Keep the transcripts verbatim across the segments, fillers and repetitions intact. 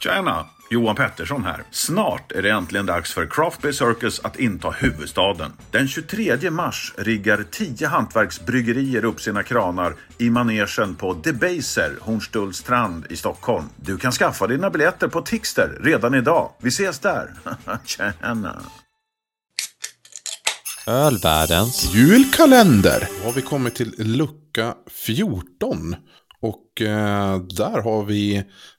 Tjena, Johan Pettersson här. Snart är det äntligen dags för Craft Beer Circus att inta huvudstaden. Den tjugotredje mars riggar tio hantverksbryggerier upp sina kranar i manegen på Debaser, Hornstullstrand i Stockholm. Du kan skaffa dina biljetter på Tixter redan idag. Vi ses där. Tjena. Ölvärldens julkalender. Då har vi kommit till lucka fjorton. Och eh, där har vi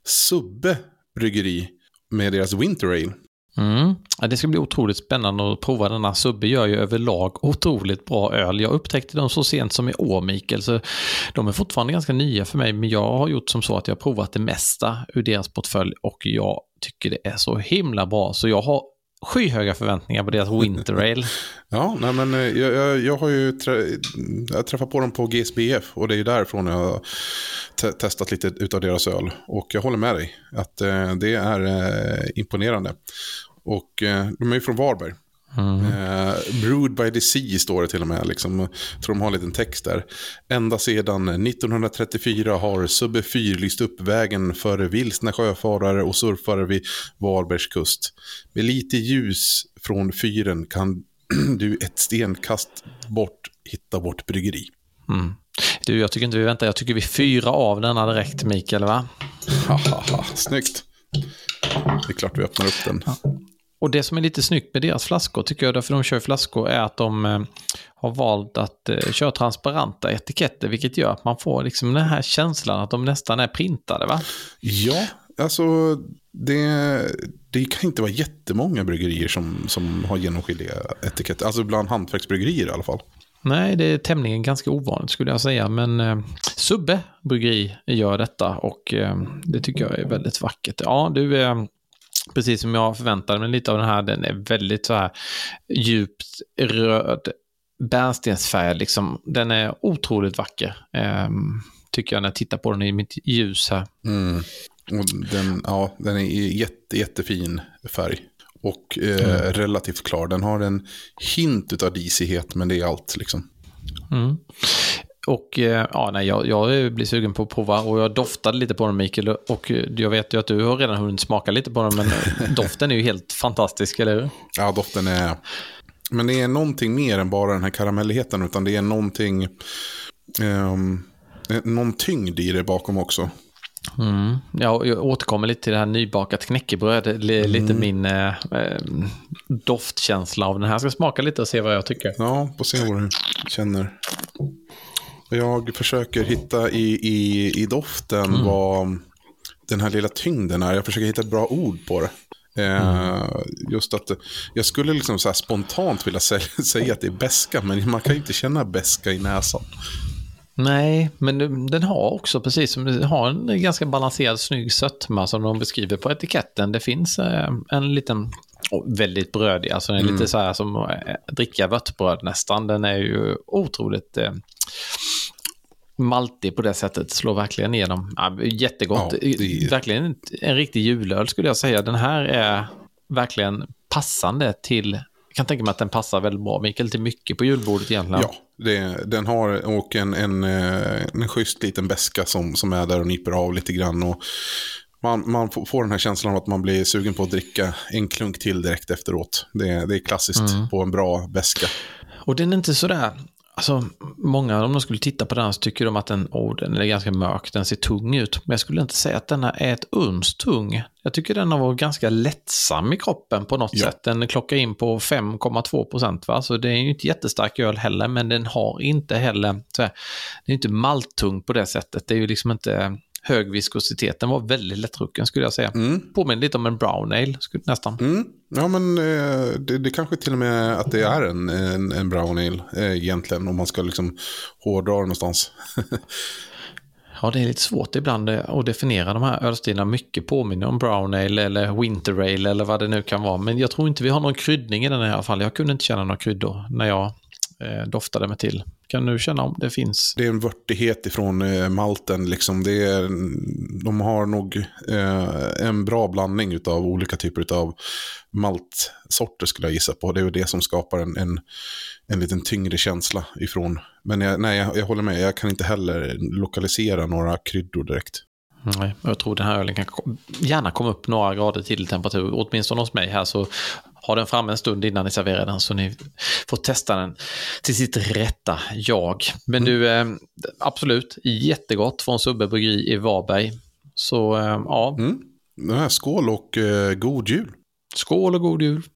Subbe bryggeri med deras Winter Ale. Mm. Ja, det ska bli otroligt spännande att prova denna. Subbe gör ju överlag otroligt bra öl. Jag upptäckte dem så sent som i år, Mikael, så de är fortfarande ganska nya för mig, men jag har gjort som så att jag har provat det mesta ur deras portfölj och jag tycker det är så himla bra, så jag har skyhöga förväntningar på deras Winter Ale. Ja, nej, men jag, jag, jag har ju trä, jag träffat på dem på G S B F och det är ju därifrån jag har te- testat lite utav deras öl. Och jag håller med dig att eh, det är eh, imponerande. Och eh, de är ju från Varberg. Mm. Eh, Brewed by the Sea står det till och med liksom. Jag tror de har en liten text där. Ända sedan nittonhundratrettiofyra har Subbe fyr lyst upp vägen för vilsna sjöfarare och surfare vid Varbergs kust. Med lite ljus från fyren kan du ett stenkast bort hitta vårt bryggeri. Mm. Du, jag tycker inte vi väntar. Jag tycker vi fyra av denna direkt, Mikael, va? Hahaha, snyggt. Det är klart vi öppnar upp den. Ja. Och det som är lite snyggt med deras flaskor, tycker jag, därför de kör flaskor, är att de eh, har valt att eh, köra transparenta etiketter, vilket gör att man får liksom den här känslan att de nästan är printade, va? Ja, alltså det, det kan inte vara jättemånga bryggerier som, som har genomskinliga etiketter, alltså bland hantverksbryggerier i alla fall. Nej, det är tämligen ganska ovanligt skulle jag säga, men eh, Subbe bryggeri gör detta och eh, det tycker jag är väldigt vackert. Ja, du är... Eh, precis som jag förväntade mig lite av den här, den är väldigt så här djupt röd bärnstensfärg liksom. Den är otroligt vacker, eh, tycker jag när jag tittar på den i mitt ljus här. Mm. Och den, ja, den är jätte, jättefin färg och eh, mm. relativt klar. Den har en hint av disighet, men det är allt liksom. Mm. Och ja, nej, jag, jag blir sugen på att prova och jag doftade lite på den, Mikael, och jag vet ju att du har redan hunnit smaka lite på den, men doften är ju helt fantastisk, eller hur? Ja, doften är... Men det är någonting mer än bara den här karamelligheten, utan det är någonting... Um, någon tyngd i det bakom också. Mm. Ja, jag återkommer lite till det här nybakat knäckebröd. L- mm. Lite min eh, doftkänsla av den här. Jag ska smaka lite och se vad jag tycker. Ja, på se vad du känner. Jag försöker hitta i, i, i doften mm. vad den här lilla tyngden är. Jag försöker hitta ett bra ord på det. Eh, mm. Just att jag skulle liksom så här spontant vilja säga, säga att det är beska, men man kan ju inte känna beska i näsan. Nej, men den har också, precis som den har en ganska balanserad, snygg sötma som de beskriver på etiketten. Det finns eh, en liten, oh, väldigt brödig, alltså den är mm. lite så här som eh, dricka vörtbröd nästan. Den är ju otroligt eh, maltig på det sättet, slår verkligen igenom. Ja, jättegott, ja, är... verkligen en, en riktig julöl skulle jag säga. Den här är verkligen passande till, jag kan tänka mig att den passar väldigt bra, Mikael, till mycket på julbordet egentligen. Ja. Det, den har och en, en, en schysst liten beska som, som är där och nyper av lite grann. Och man, man får den här känslan av att man blir sugen på att dricka en klunk till direkt efteråt. Det, det är klassiskt mm. på en bra beska. Och den är inte sådär... Alltså, många, om de skulle titta på den så tycker de att den, oh, den är ganska mörk, den ser tung ut. Men jag skulle inte säga att den är ett uns tung. Jag tycker den har varit ganska lättsam i kroppen på något ja. sätt. Den klockar in på fem komma två procent, va? Så det är ju inte jättestark öl heller, men den har inte heller, så här, den är inte maltung på det sättet. Det är ju liksom inte hög viskositet. Den var väldigt lättrucken skulle jag säga. Mm. Påminner lite om en brown ale nästan. Mm. Ja, men eh, det, det kanske till och med att det är en, en, en brown ale eh, egentligen, om man ska liksom hårdra någonstans. Ja, det är lite svårt ibland att definiera de här ölstilarna. Mycket påminner om brown ale eller winter ale eller vad det nu kan vara. Men jag tror inte vi har någon kryddning i den här fall. Jag kunde inte känna några kryddor när jag eh, doftade mig till. Kan du känna om det finns? Det är en vörtighet ifrån eh, malten. Liksom. Det är, de har nog eh, en bra blandning utav olika typer av maltsorter skulle jag gissa på. Det är ju det som skapar en, en, en liten tyngre känsla ifrån. Men jag, nej, jag, jag håller med. Jag kan inte heller lokalisera några kryddor direkt. Nej, jag tror den här ölen kan kom, gärna komma upp några grader till i temperatur. Åtminstone hos mig här så har den fram en stund innan ni serverar den, så ni får testa den till sitt rätta jag. Men mm. du, eh, absolut jättegott från Subbe Bryggeri i Varberg. Så eh, ja. Mm. Skål och eh, god jul. Skål och god jul.